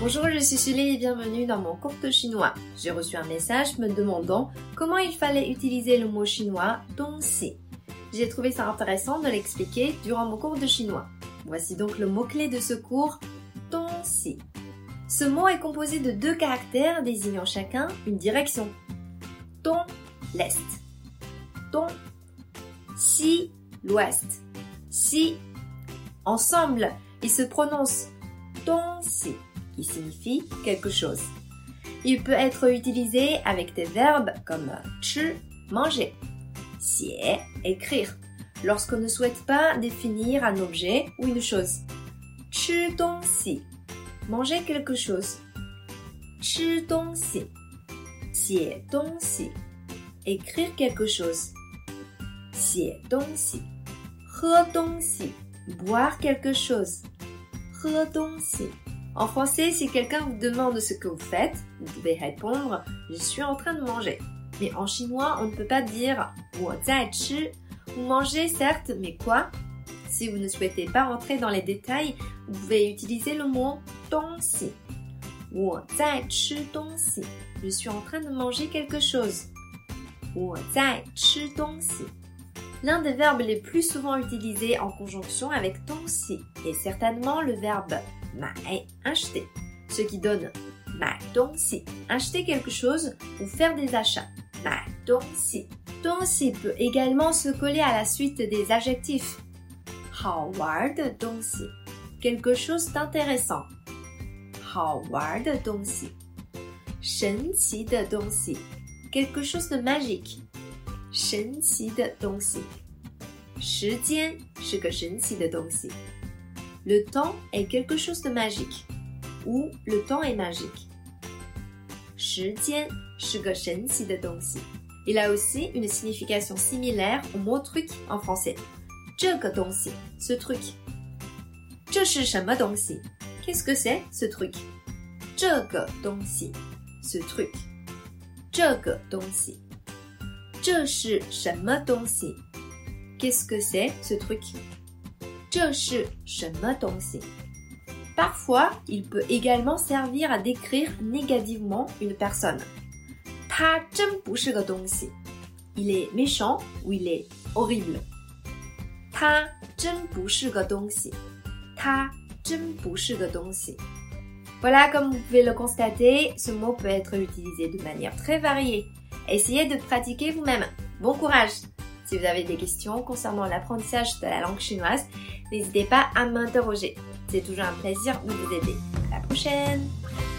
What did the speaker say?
Bonjour, je suis Shirley et bienvenue dans mon cours de chinois. J'ai reçu un message me demandant comment il fallait utiliser le mot chinois « dongxi ». J'ai trouvé ça intéressant de l'expliquer durant mon cours de chinois. Voici donc le mot-clé de ce cours « dongxi ». Ce mot est composé de 2 caractères désignant chacun une direction. « Dong » l'est, « dong » xi l'ouest, « xi ». Ensemble, ils se prononcent « dongxi » qui signifie quelque chose. Il peut être utilisé avec des verbes comme « chi » manger, « xie » écrire, lorsqu'on ne souhaite pas définir un objet ou une chose. « Chi dongxi » manger quelque chose. « Chi dongxi » xie dongxi écrire quelque chose. « Xie dongxi » he dongxi boire quelque chose. « He dongxi » En français, si quelqu'un vous demande ce que vous faites, vous pouvez répondre « Je suis en train de manger ». Mais en chinois, on ne peut pas dire «我在吃». Vous mangez certes, mais quoi? Si vous ne souhaitez pas rentrer dans les détails, vous pouvez utiliser le mot « dongxi ». «我在吃东西 ». Je suis en train de manger quelque chose. «我在吃东西 ». L'un des verbes les plus souvent utilisés en conjonction avec « dongxi » est certainement le verbe «买» acheter, ce qui donne «买东西 » acheter quelque chose ou faire des achats. «买东西 ». « Dongxi » peut également se coller à la suite des adjectifs. « 好玩的东西 » quelque chose d'intéressant. « 好玩的东西 » 神奇的东西 quelque chose de magique. 神奇的东西时间是个神奇的东西 Le temps est quelque chose de magique. Ou le temps est magique. 时间是个神奇的东西 Il a aussi une signification similaire au mot truc en français. 这个东西 ce truc. 这是什么东西 Qu'est-ce que c'est ce truc 这个东西 ce truc. 这个东西这是什么东西 Qu'est-ce que c'est ce truc 这是什么东西 Parfois, il peut également servir à décrire négativement une personne. 他真不是个东西 Il est méchant ou il est horrible. 他真不是个东西他真不是个东西 Voilà, comme vous pouvez le constater, ce mot peut être utilisé de manière très variée. Essayez de pratiquer vous-même. Bon courage! Si vous avez des questions concernant l'apprentissage de la langue chinoise, n'hésitez pas à m'interroger. C'est toujours un plaisir de vous aider. À la prochaine!